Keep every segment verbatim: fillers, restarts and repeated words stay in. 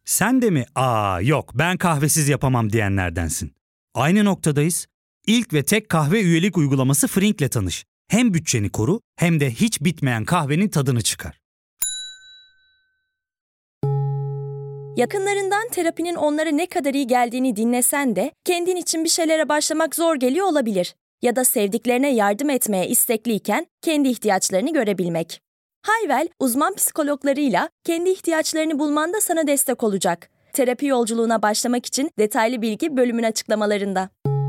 Sen de mi "Aa yok ben kahvesiz yapamam" diyenlerdensin? Aynı noktadayız. İlk ve tek kahve üyelik uygulaması Frink'le tanış. Hem bütçeni koru hem de hiç bitmeyen kahvenin tadını çıkar. Yakınlarından terapinin onlara ne kadar iyi geldiğini dinlesen de kendin için bir şeylere başlamak zor geliyor olabilir. Ya da sevdiklerine yardım etmeye istekliyken kendi ihtiyaçlarını görebilmek. Hayvel, uzman psikologlarıyla kendi ihtiyaçlarını bulmanda sana destek olacak. Terapi yolculuğuna başlamak için detaylı bilgi bölümün açıklamalarında.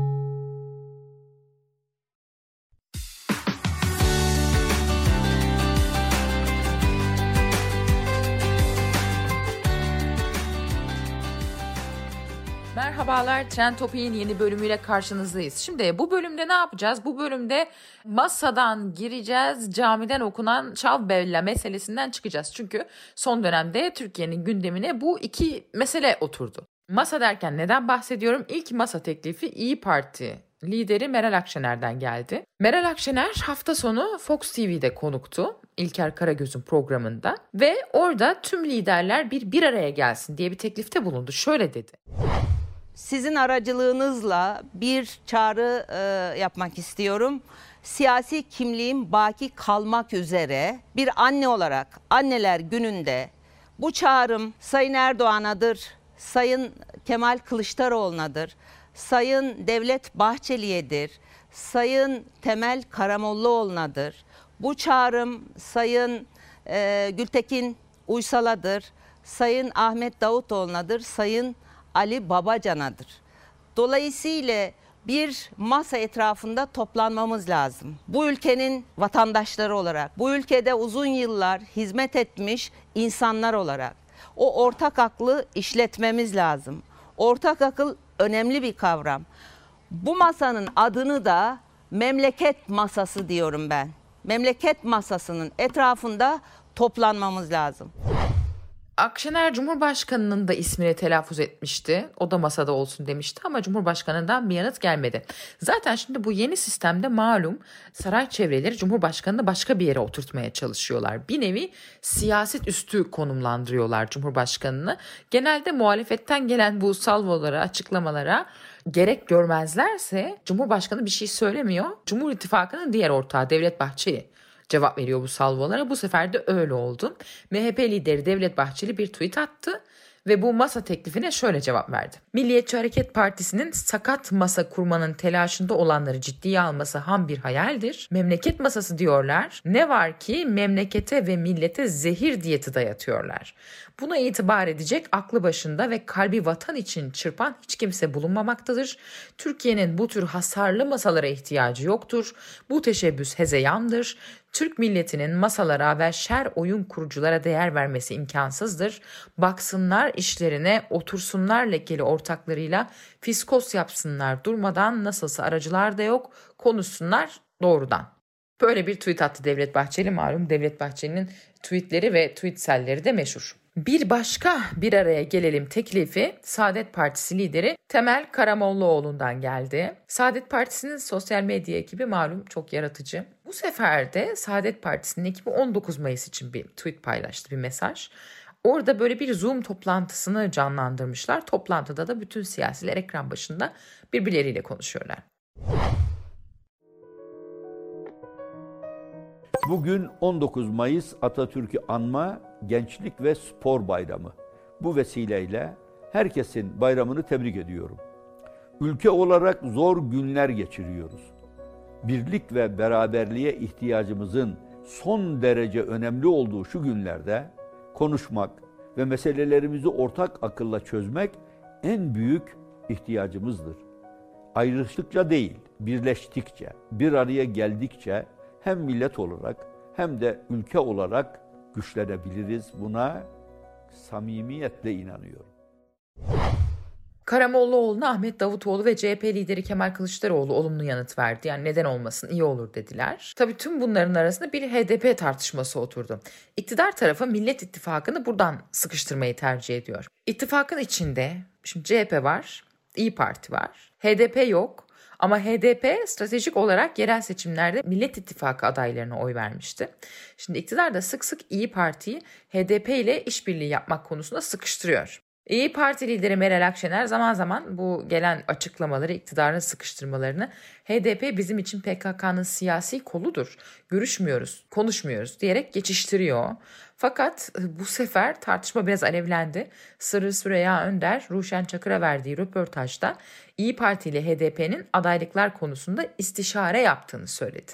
Merhabalar, Trend Topik'in yeni bölümüyle karşınızdayız. Şimdi bu bölümde ne yapacağız? Bu bölümde masadan gireceğiz, camiden okunan Çav Bella meselesinden çıkacağız. Çünkü son dönemde Türkiye'nin gündemine bu iki mesele oturdu. Masa derken neden bahsediyorum? İlk masa teklifi İyi Parti lideri Meral Akşener'den geldi. Meral Akşener hafta sonu Fox T V'de konuktu. İlker Karagöz'ün programında ve orada tüm liderler bir bir araya gelsin diye bir teklifte bulundu. Şöyle dedi. Sizin aracılığınızla bir çağrı e, yapmak istiyorum. Siyasi kimliğim baki kalmak üzere bir anne olarak Anneler Günü'nde bu çağrım Sayın Erdoğan'adır, Sayın Kemal Kılıçdaroğlu'nadır, Sayın Devlet Bahçeli'yedir, Sayın Temel Karamollaoğlu'nadır. Bu çağrım Sayın e, Gültekin Uysal'adır, Sayın Ahmet Davutoğlu'nadır, Sayın Ali Babacan'adır. Dolayısıyla bir masa etrafında toplanmamız lazım. Bu ülkenin vatandaşları olarak, bu ülkede uzun yıllar hizmet etmiş insanlar olarak o ortak aklı işletmemiz lazım. Ortak akıl önemli bir kavram. Bu masanın adını da memleket masası diyorum ben. Memleket masasının etrafında toplanmamız lazım. Akşener Cumhurbaşkanı'nın da ismini telaffuz etmişti. O da masada olsun demişti ama Cumhurbaşkanı'ndan bir yanıt gelmedi. Zaten şimdi bu yeni sistemde malum saray çevreleri Cumhurbaşkanı'nı başka bir yere oturtmaya çalışıyorlar. Bir nevi siyaset üstü konumlandırıyorlar Cumhurbaşkanı'nı. Genelde muhalefetten gelen bu salvolara, açıklamalara gerek görmezlerse Cumhurbaşkanı bir şey söylemiyor. Cumhur İttifakı'nın diğer ortağı Devlet Bahçeli cevap veriyor bu salvolara. Bu sefer de öyle oldu. M H P lideri Devlet Bahçeli bir tweet attı ve bu masa teklifine şöyle cevap verdi. Milliyetçi Hareket Partisi'nin sakat masa kurmanın telaşında olanları ciddiye alması ham bir hayaldir. Memleket masası diyorlar. Ne var ki memlekete ve millete zehir diyeti dayatıyorlar. Buna itibar edecek aklı başında ve kalbi vatan için çırpan hiç kimse bulunmamaktadır. Türkiye'nin bu tür hasarlı masalara ihtiyacı yoktur. Bu teşebbüs hezeyandır. Türk milletinin masalara ve şer oyun kuruculara değer vermesi imkansızdır. Baksınlar işlerine, otursunlar lekeli ortaklarıyla fiskos yapsınlar durmadan, nasılsa aracılar da yok, konuşsunlar doğrudan. Böyle bir tweet attı Devlet Bahçeli. Malum Devlet Bahçeli'nin tweetleri ve tweetselleri de meşhur. Bir başka bir araya gelelim teklifi Saadet Partisi lideri Temel Karamollaoğlu'ndan geldi. Saadet Partisi'nin sosyal medya ekibi malum çok yaratıcı. Bu sefer de Saadet Partisi'nin ekibi on dokuz Mayıs için bir tweet paylaştı, bir mesaj. Orada böyle bir Zoom toplantısını canlandırmışlar. Toplantıda da bütün siyasiler ekran başında birbirleriyle konuşuyorlar. Bugün on dokuz Mayıs Atatürk'ü anma, gençlik ve spor bayramı. Bu vesileyle herkesin bayramını tebrik ediyorum. Ülke olarak zor günler geçiriyoruz. Birlik ve beraberliğe ihtiyacımızın son derece önemli olduğu şu günlerde konuşmak ve meselelerimizi ortak akılla çözmek en büyük ihtiyacımızdır. Ayrıştıkça değil, birleştikçe, bir araya geldikçe hem millet olarak hem de ülke olarak güçlenebiliriz. Buna samimiyetle inanıyorum. Karamollaoğlu'na Ahmet Davutoğlu ve C H P lideri Kemal Kılıçdaroğlu olumlu yanıt verdi. Yani neden olmasın, iyi olur dediler. Tabii tüm bunların arasında bir H D P tartışması oturdu. İktidar tarafı Millet İttifakı'nı buradan sıkıştırmayı tercih ediyor. İttifakın içinde şimdi C H P var, İyi Parti var, H D P yok. Ama H D P stratejik olarak yerel seçimlerde Millet İttifakı adaylarına oy vermişti. Şimdi iktidar da sık sık İyi Parti'yi H D P ile işbirliği yapmak konusunda sıkıştırıyor. İyi Parti lideri Meral Akşener zaman zaman bu gelen açıklamaları, iktidarın sıkıştırmalarını H D P bizim için P K K'nın siyasi koludur, görüşmüyoruz, konuşmuyoruz diyerek geçiştiriyor. Fakat bu sefer tartışma biraz alevlendi. Sırrı Süreyya Önder, Ruşen Çakır'a verdiği röportajda İyi Parti ile H D P'nin adaylıklar konusunda istişare yaptığını söyledi.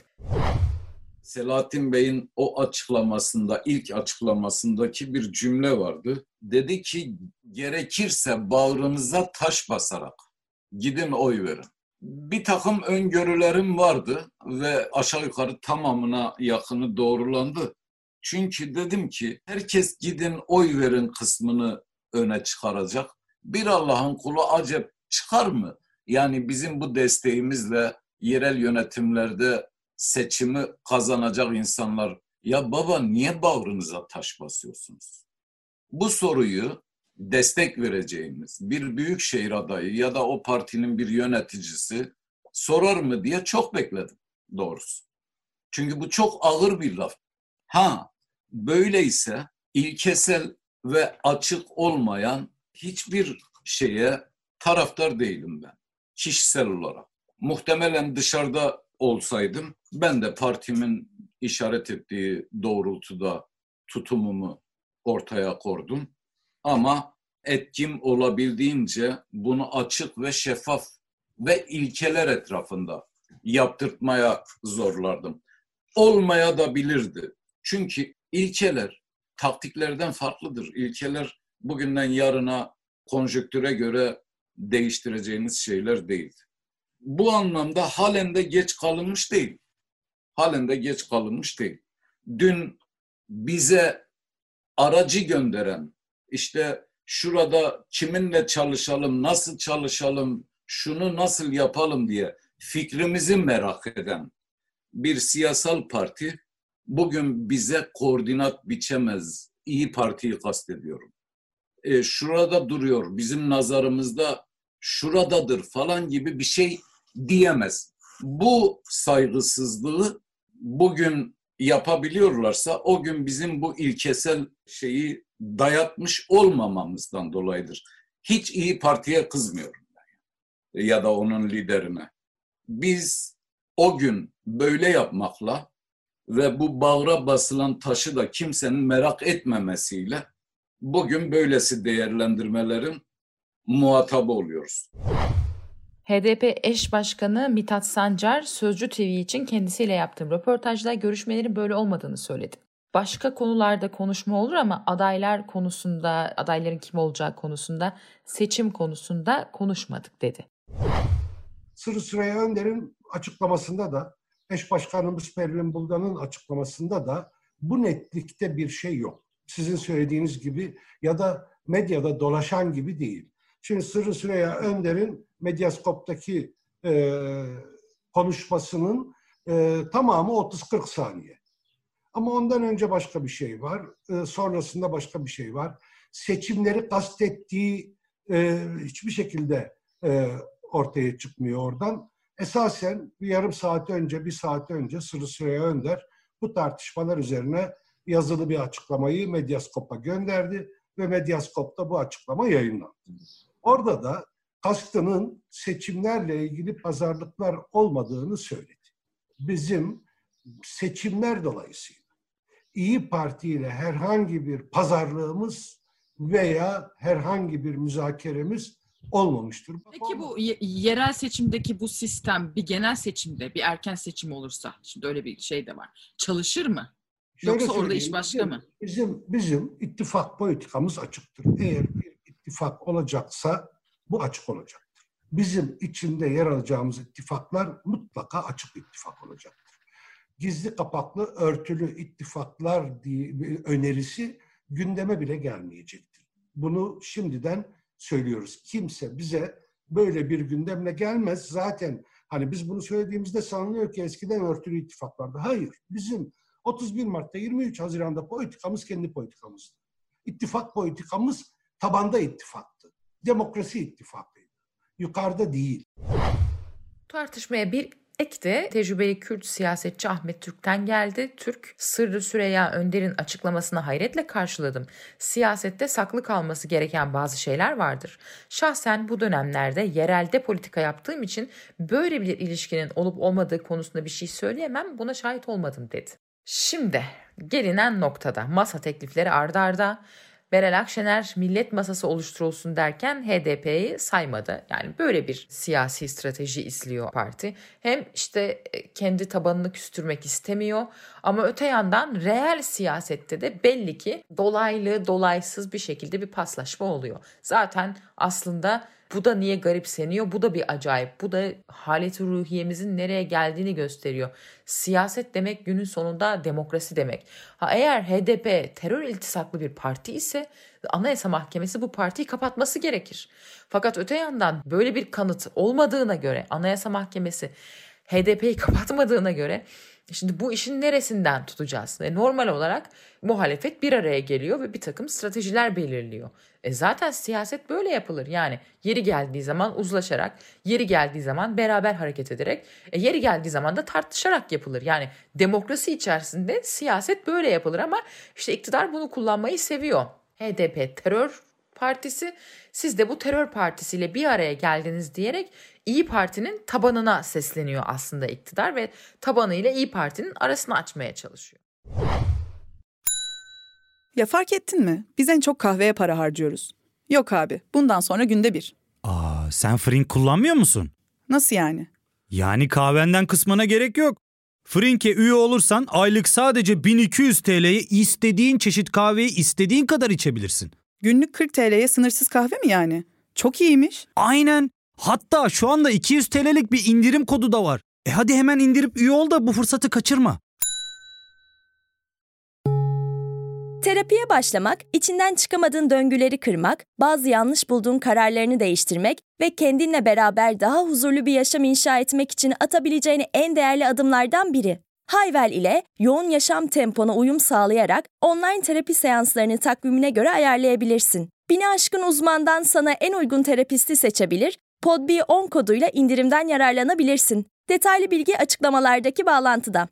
Selahattin Bey'in o açıklamasında, ilk açıklamasındaki bir cümle vardı. Dedi ki gerekirse bağrınıza taş basarak gidin oy verin. Bir takım öngörülerim vardı ve aşağı yukarı tamamına yakını doğrulandı. Çünkü dedim ki herkes gidin oy verin kısmını öne çıkaracak. Bir Allah'ın kulu acep çıkar mı? Yani bizim bu desteğimizle yerel yönetimlerde seçimi kazanacak insanlar, ya baba niye bağrınıza taş basıyorsunuz? Bu soruyu destek vereceğimiz bir büyükşehir adayı ya da o partinin bir yöneticisi sorar mı diye çok bekledim doğrusu. Çünkü bu çok ağır bir laf. Ha, böyleyse ilkesel ve açık olmayan hiçbir şeye taraftar değilim ben kişisel olarak. Muhtemelen dışarıda olsaydım ben de partimin işaret ettiği doğrultuda tutumumu ortaya koydum. Ama etkim olabildiğince bunu açık ve şeffaf ve ilkeler etrafında yaptırtmaya zorlardım. Olmaya da bilirdi. Çünkü ilkeler taktiklerden farklıdır. İlkeler bugünden yarına konjonktüre göre değiştireceğiniz şeyler değil. Bu anlamda halen de geç kalınmış değil. Halen de geç kalınmış değil. Dün bize aracı gönderen, işte şurada kiminle çalışalım, nasıl çalışalım, şunu nasıl yapalım diye fikrimizi merak eden bir siyasal parti bugün bize koordinat biçemez. İyi Parti'yi kastediyorum. E, şurada duruyor, bizim nazarımızda şuradadır falan gibi bir şey diyemez. Bu saygısızlığı bugün yapabiliyorlarsa o gün bizim bu ilkesel şeyi dayatmış olmamamızdan dolayıdır. Hiç İyi Parti'ye kızmıyorum ben ya da onun liderine. Biz o gün böyle yapmakla ve bu bağra basılan taşı da kimsenin merak etmemesiyle bugün böylesi değerlendirmelerin muhatabı oluyoruz. H D P eş başkanı Mithat Sancar, Sözcü T V için kendisiyle yaptığım röportajda görüşmelerin böyle olmadığını söyledi. Başka konularda konuşma olur ama adaylar konusunda, adayların kim olacağı konusunda, seçim konusunda konuşmadık dedi. Sırrı Süreyya Önder'in açıklamasında da, eş başkanımız Pervin Buldan'ın açıklamasında da bu netlikte bir şey yok. Sizin söylediğiniz gibi ya da medyada dolaşan gibi değil. Şimdi Sırrı Süreyya Önder'in Medyaskop'taki e, konuşmasının e, tamamı otuz kırk saniye. Ama ondan önce başka bir şey var, e, sonrasında başka bir şey var. Seçimleri kastettiği e, hiçbir şekilde e, ortaya çıkmıyor oradan. Esasen bir yarım saat önce, bir saat önce Sırrı Süreyya Önder bu tartışmalar üzerine yazılı bir açıklamayı Medyaskop'a gönderdi ve Medyaskop'ta bu açıklama yayınlandı. Orada da kastının seçimlerle ilgili pazarlıklar olmadığını söyledi. Bizim seçimler dolayısıyla İyi Parti ile herhangi bir pazarlığımız veya herhangi bir müzakeremiz olmamıştır. Peki bu y- yerel seçimdeki bu sistem bir genel seçimde, bir erken seçim olursa, şimdi öyle bir şey de var, çalışır mı? Şöyle Yoksa orada iş söyleyeyim, başka bizim, mı? Bizim, bizim ittifak politikamız açıktır. Eğer bir ittifak olacaksa bu açık olacaktır. Bizim içinde yer alacağımız ittifaklar mutlaka açık ittifak olacaktır. Gizli kapaklı, örtülü ittifaklar diye bir önerisi gündeme bile gelmeyecektir. Bunu şimdiden söylüyoruz. Kimse bize böyle bir gündemle gelmez. Zaten hani biz bunu söylediğimizde sanılıyor ki eskiden örtülü ittifak vardı. Hayır. Bizim otuz bir Mart'ta yirmi üç Haziran'da politikamız kendi politikamızdı. İttifak politikamız tabanda ittifaktı. Demokrasi ittifakıydı. Yukarıda değil. Tartışmaya bir Ek de tecrübeli Kürt siyasetçi Ahmet Türk'ten geldi. Türk, Sırrı Süreyya Önder'in açıklamasını hayretle karşıladım. Siyasette saklı kalması gereken bazı şeyler vardır. Şahsen bu dönemlerde yerelde politika yaptığım için böyle bir ilişkinin olup olmadığı konusunda bir şey söyleyemem, buna şahit olmadım dedi. Şimdi gelinen noktada masa teklifleri ardı arda. Meral Akşener millet masası oluşturulsun derken H D P'yi saymadı. Yani böyle bir siyasi strateji izliyor parti. Hem işte kendi tabanını küstürmek istemiyor ama öte yandan reel siyasette de belli ki dolaylı dolaysız bir şekilde bir paslaşma oluyor. Zaten aslında bu da niye garipseniyor? Bu da bir acayip. Bu da haleti ruhiyemizin nereye geldiğini gösteriyor. Siyaset demek günün sonunda demokrasi demek. Ha, eğer H D P terör iltisaklı bir parti ise Anayasa Mahkemesi bu partiyi kapatması gerekir. Fakat öte yandan böyle bir kanıt olmadığına göre, Anayasa Mahkemesi H D P'yi kapatmadığına göre şimdi bu işin neresinden tutacağız? E, normal olarak muhalefet bir araya geliyor ve bir takım stratejiler belirliyor. E zaten siyaset böyle yapılır. Yani yeri geldiği zaman uzlaşarak, yeri geldiği zaman beraber hareket ederek, e yeri geldiği zaman da tartışarak yapılır. Yani demokrasi içerisinde siyaset böyle yapılır ama işte iktidar bunu kullanmayı seviyor. H D P terör partisi, siz de bu terör partisiyle bir araya geldiniz diyerek İyi Parti'nin tabanına sesleniyor aslında iktidar ve tabanıyla İyi Parti'nin arasını açmaya çalışıyor. Ya fark ettin mi? Biz en çok kahveye para harcıyoruz. Yok abi, bundan sonra günde bir. Aa, sen Frink kullanmıyor musun? Nasıl yani? Yani kahvenden kısmına gerek yok. Frink'e üye olursan aylık sadece bin iki yüz T L'ye istediğin çeşit kahveyi istediğin kadar içebilirsin. Günlük kırk T L'ye sınırsız kahve mi yani? Çok iyiymiş. Aynen. Hatta şu anda iki yüz T L'lik bir indirim kodu da var. E hadi hemen indirip üye ol da bu fırsatı kaçırma. Terapiye başlamak, içinden çıkamadığın döngüleri kırmak, bazı yanlış bulduğun kararlarını değiştirmek ve kendinle beraber daha huzurlu bir yaşam inşa etmek için atabileceğin en değerli adımlardan biri. Hayvel ile yoğun yaşam tempona uyum sağlayarak online terapi seanslarını takvimine göre ayarlayabilirsin. Bini aşkın uzmandan sana en uygun terapisti seçebilir, Podbi on koduyla indirimden yararlanabilirsin. Detaylı bilgi açıklamalardaki bağlantıda.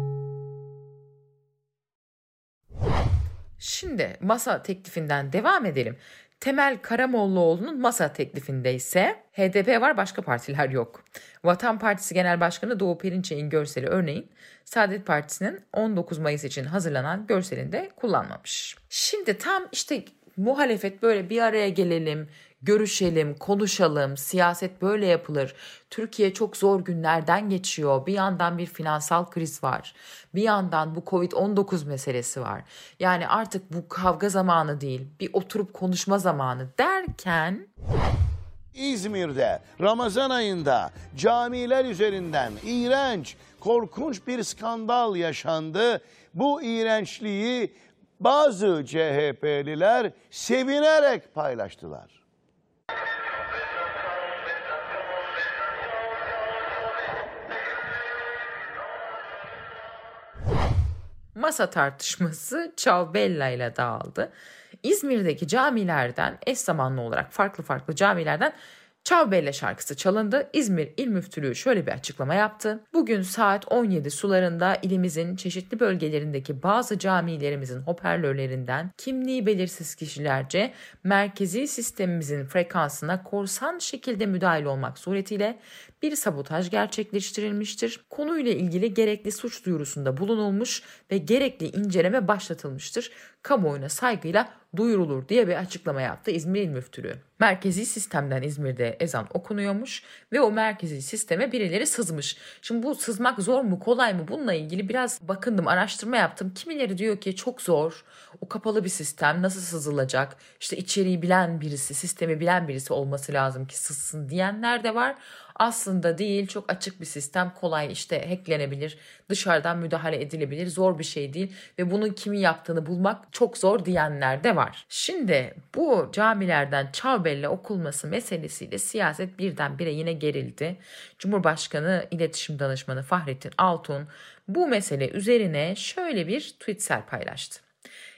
Şimdi masa teklifinden devam edelim. Temel Karamollaoğlu'nun masa teklifinde ise H D P var, başka partiler yok. Vatan Partisi Genel Başkanı Doğu Perinçek'in görseli örneğin Saadet Partisi'nin on dokuz Mayıs için hazırlanan görselinde kullanmamış. Şimdi tam işte muhalefet böyle bir araya gelelim, görüşelim, konuşalım, siyaset böyle yapılır. Türkiye çok zor günlerden geçiyor. Bir yandan bir finansal kriz var. Bir yandan bu kovid on dokuz meselesi var. Yani artık bu kavga zamanı değil, bir oturup konuşma zamanı derken... İzmir'de Ramazan ayında camiler üzerinden iğrenç, korkunç bir skandal yaşandı. Bu iğrençliği bazı C H P'liler sevinerek paylaştılar. Masa tartışması Ciao Bella ile dağıldı. İzmir'deki camilerden eş zamanlı olarak farklı farklı camilerden Ciao Bella şarkısı çalındı. İzmir İl Müftülüğü şöyle bir açıklama yaptı. Bugün saat on yedi sularında ilimizin çeşitli bölgelerindeki bazı camilerimizin hoparlörlerinden kimliği belirsiz kişilerce merkezi sistemimizin frekansına korsan şekilde müdahil olmak suretiyle bir sabotaj gerçekleştirilmiştir. Konuyla ilgili gerekli suç duyurusunda bulunulmuş ve gerekli inceleme başlatılmıştır. Kamuoyuna saygıyla duyurulur diye bir açıklama yaptı İzmir İl Müftülüğü. Merkezi sistemden İzmir'de ezan okunuyormuş ve o merkezi sisteme birileri sızmış. Şimdi bu sızmak zor mu, kolay mı? Bununla ilgili biraz bakındım, araştırma yaptım. Kimileri diyor ki çok zor, o kapalı bir sistem, nasıl sızılacak? İşte içeriği bilen birisi, sistemi bilen birisi olması lazım ki sızsın diyenler de var. Aslında değil, çok açık bir sistem, kolay, işte hacklenebilir, dışarıdan müdahale edilebilir, zor bir şey değil ve bunun kimin yaptığını bulmak çok zor diyenler de var. Şimdi bu camilerden Ciao Bella okunması meselesiyle siyaset birdenbire yine gerildi. Cumhurbaşkanı İletişim Danışmanı Fahrettin Altun bu mesele üzerine şöyle bir tweetser paylaştı.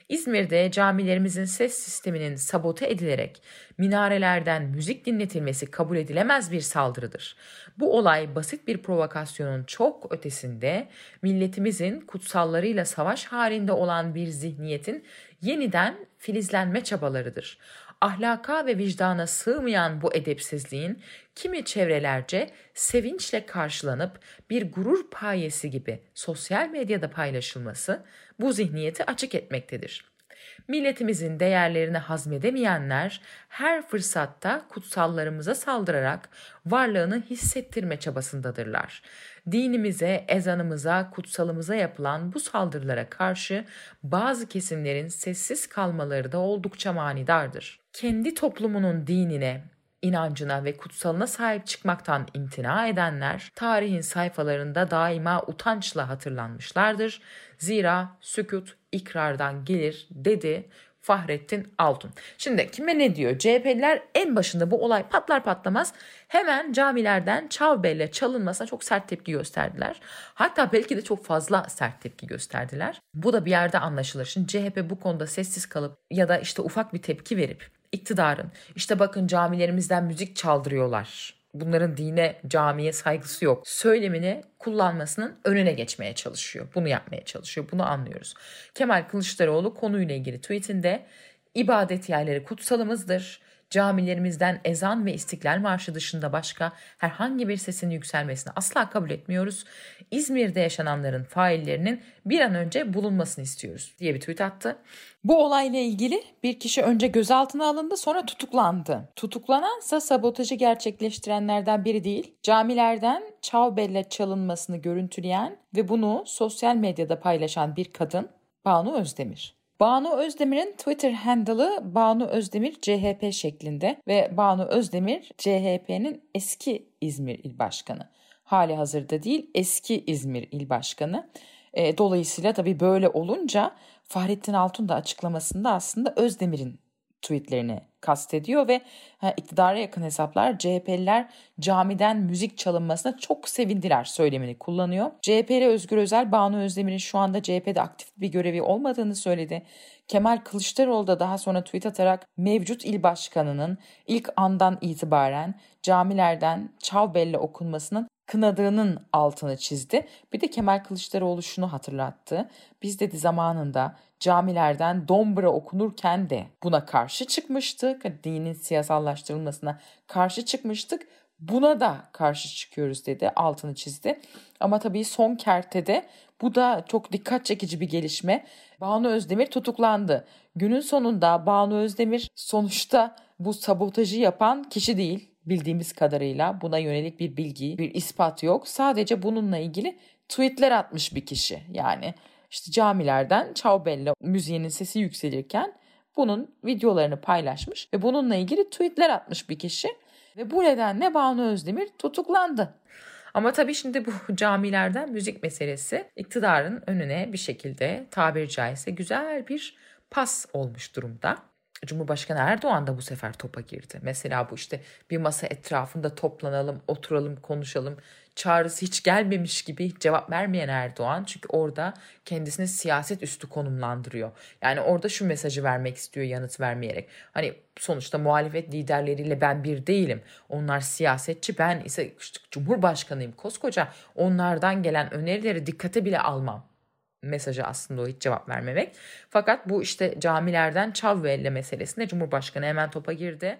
İzmir'de camilerimizin ses sisteminin sabote edilerek minarelerden müzik dinletilmesi kabul edilemez bir saldırıdır. Bu olay basit bir provokasyonun çok ötesinde milletimizin kutsallarıyla savaş halinde olan bir zihniyetin yeniden filizlenme çabalarıdır. Ahlaka ve vicdana sığmayan bu edepsizliğin kimi çevrelerce sevinçle karşılanıp bir gurur payesi gibi sosyal medyada paylaşılması bu zihniyeti açık etmektedir. Milletimizin değerlerini hazmedemeyenler her fırsatta kutsallarımıza saldırarak varlığını hissettirme çabasındadırlar. Dinimize, ezanımıza, kutsalımıza yapılan bu saldırılara karşı bazı kesimlerin sessiz kalmaları da oldukça manidardır. Kendi toplumunun dinine, inancına ve kutsalına sahip çıkmaktan imtina edenler tarihin sayfalarında daima utançla hatırlanmışlardır. Zira sükut ikrardan gelir dedi Fahrettin Altun. Şimdi kime ne diyor? C H P'liler en başında bu olay patlar patlamaz hemen camilerden çav belle çalınmasına çok sert tepki gösterdiler. Hatta belki de çok fazla sert tepki gösterdiler. Bu da bir yerde anlaşılır. Şimdi C H P bu konuda sessiz kalıp ya da işte ufak bir tepki verip iktidarın işte bakın camilerimizden müzik çaldırıyorlar, bunların dine, camiye saygısı yok söylemini kullanmasının önüne geçmeye çalışıyor. Bunu yapmaya çalışıyor. Bunu anlıyoruz. Kemal Kılıçdaroğlu konuyla ilgili tweetinde ibadet yerleri kutsalımızdır. Camilerimizden ezan ve İstiklal Marşı dışında başka herhangi bir sesin yükselmesini asla kabul etmiyoruz. İzmir'de yaşananların faillerinin bir an önce bulunmasını istiyoruz diye bir tweet attı. Bu olayla ilgili bir kişi önce gözaltına alındı, sonra tutuklandı. Tutuklanansa sabotajı gerçekleştirenlerden biri değil, camilerden çav belle çalınmasını görüntüleyen ve bunu sosyal medyada paylaşan bir kadın, Banu Özdemir. Banu Özdemir'in Twitter handle'ı Banu Özdemir C H P şeklinde ve Banu Özdemir C H P'nin eski İzmir İl Başkanı. Hali hazırda değil, eski İzmir İl Başkanı. E, dolayısıyla tabii böyle olunca Fahrettin Altun da açıklamasında aslında Özdemir'in tweetlerini kastediyor ve ha, iktidara yakın hesaplar C H P'liler camiden müzik çalınmasına çok sevindiler söylemini kullanıyor. C H P'li Özgür Özel, Banu Özdemir'in şu anda C H P'de aktif bir görevi olmadığını söyledi. Kemal Kılıçdaroğlu da daha sonra tweet atarak mevcut il başkanının ilk andan itibaren camilerden çav belle okunmasının kınadığının altını çizdi. Bir de Kemal Kılıçdaroğlu şunu hatırlattı. Biz dedi zamanında camilerden dombra okunurken de buna karşı çıkmıştık. Dinin siyasallaştırılmasına karşı çıkmıştık. Buna da karşı çıkıyoruz dedi. Altını çizdi. Ama tabii son kertede bu da çok dikkat çekici bir gelişme. Banu Özdemir tutuklandı. Günün sonunda Banu Özdemir sonuçta bu sabotajı yapan kişi değil. Bildiğimiz kadarıyla buna yönelik bir bilgi, bir ispat yok. Sadece bununla ilgili tweetler atmış bir kişi. Yani işte camilerden çav belle müziğinin sesi yükselirken bunun videolarını paylaşmış ve bununla ilgili tweetler atmış bir kişi. Ve bu nedenle Banu Özdemir tutuklandı. Ama tabii şimdi bu camilerden müzik meselesi iktidarın önüne bir şekilde tabiri caizse güzel bir pas olmuş durumda. Cumhurbaşkanı Erdoğan da bu sefer topa girdi. Mesela bu işte bir masa etrafında toplanalım, oturalım, konuşalım çağrısı hiç gelmemiş gibi cevap vermeyen Erdoğan. Çünkü orada kendisini siyaset üstü konumlandırıyor. Yani orada şu mesajı vermek istiyor yanıt vermeyerek. Hani sonuçta muhalefet liderleriyle ben bir değilim. Onlar siyasetçi, ben ise işte Cumhurbaşkanıyım koskoca. Onlardan gelen önerileri dikkate bile almam mesajı aslında o, hiç cevap vermemek. Fakat bu işte camilerden çav belle meselesinde Cumhurbaşkanı hemen topa girdi.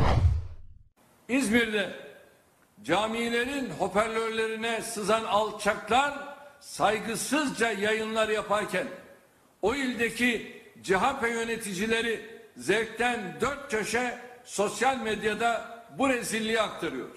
İzmir'de camilerin hoparlörlerine sızan alçaklar saygısızca yayınlar yaparken o ildeki C H P yöneticileri zevkten dört köşe sosyal medyada bu rezilliği aktarıyor.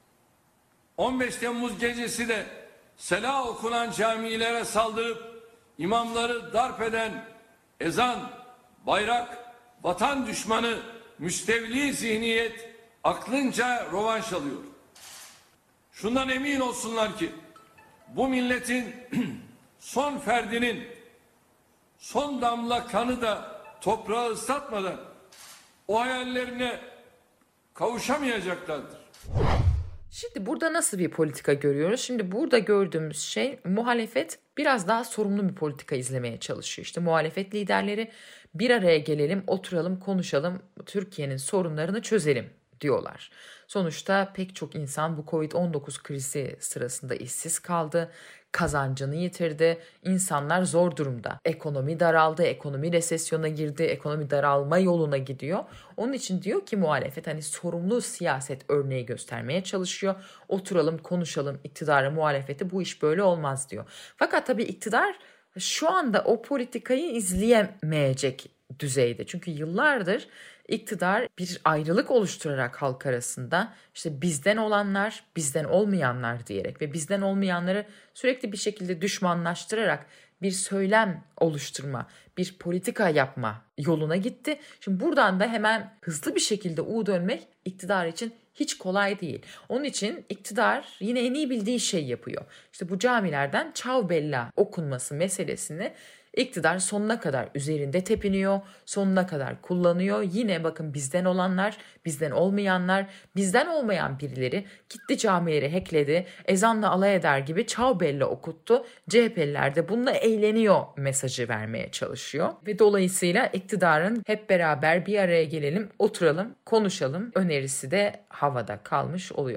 on beş Temmuz gecesi de sela okunan camilere saldırıp İmamları darp eden ezan, bayrak, vatan düşmanı, müstevli zihniyet aklınca rövanş alıyor. Şundan emin olsunlar ki bu milletin son ferdinin son damla kanı da toprağı ıslatmadan o hayallerine kavuşamayacaklardır. Şimdi burada nasıl bir politika görüyoruz? Şimdi burada gördüğümüz şey, muhalefet biraz daha sorumlu bir politika izlemeye çalışıyor. İşte muhalefet liderleri bir araya gelelim, oturalım, konuşalım, Türkiye'nin sorunlarını çözelim diyorlar. Sonuçta pek çok insan bu kovid on dokuz krizi sırasında işsiz kaldı, kazancını yitirdi, insanlar zor durumda. Ekonomi daraldı, ekonomi resesyona girdi, ekonomi daralma yoluna gidiyor. Onun için diyor ki muhalefet hani sorumlu siyaset örneği göstermeye çalışıyor. Oturalım, konuşalım, iktidara, muhalefeti, bu iş böyle olmaz diyor. Fakat tabii iktidar şu anda o politikayı izleyemeyecek düzeyde. Çünkü yıllardır iktidar bir ayrılık oluşturarak halk arasında işte bizden olanlar, bizden olmayanlar diyerek ve bizden olmayanları sürekli bir şekilde düşmanlaştırarak bir söylem oluşturma, bir politika yapma yoluna gitti. Şimdi buradan da hemen hızlı bir şekilde U dönmek iktidar için hiç kolay değil. Onun için iktidar yine en iyi bildiği şeyi yapıyor. İşte bu camilerden Ciao Bella okunması meselesini İktidar sonuna kadar üzerinde tepiniyor, sonuna kadar kullanıyor. Yine bakın bizden olanlar, bizden olmayanlar, bizden olmayan birileri gitti camileri hackledi, ezanla alay eder gibi Ciao Bella okuttu. C H P'liler de bununla eğleniyor mesajı vermeye çalışıyor. Ve dolayısıyla iktidarın hep beraber bir araya gelelim, oturalım, konuşalım önerisi de havada kalmış oluyor.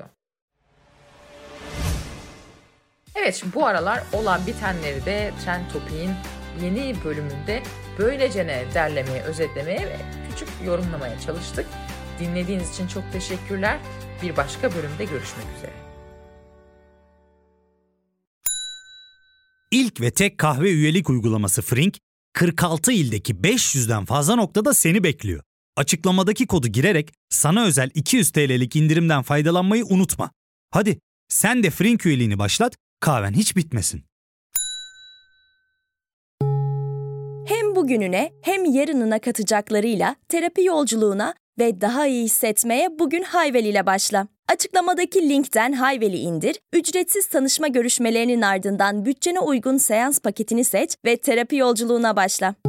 Evet, şimdi bu aralar olan bitenleri de Trend Topik'in yeni bölümünde böylecene derlemeye, özetlemeye ve küçük yorumlamaya çalıştık. Dinlediğiniz için çok teşekkürler. Bir başka bölümde görüşmek üzere. İlk ve tek kahve üyelik uygulaması Frink, kırk altı ildeki beş yüzden fazla noktada seni bekliyor. Açıklamadaki kodu girerek sana özel iki yüz TL'lik indirimden faydalanmayı unutma. Hadi sen de Frink üyeliğini başlat, kahven hiç bitmesin. Hem bugününe hem yarınına katacaklarıyla terapi yolculuğuna ve daha iyi hissetmeye bugün Hayvel ile başla. Açıklamadaki linkten Hayvel'i indir, ücretsiz tanışma görüşmelerinin ardından bütçene uygun seans paketini seç ve terapi yolculuğuna başla.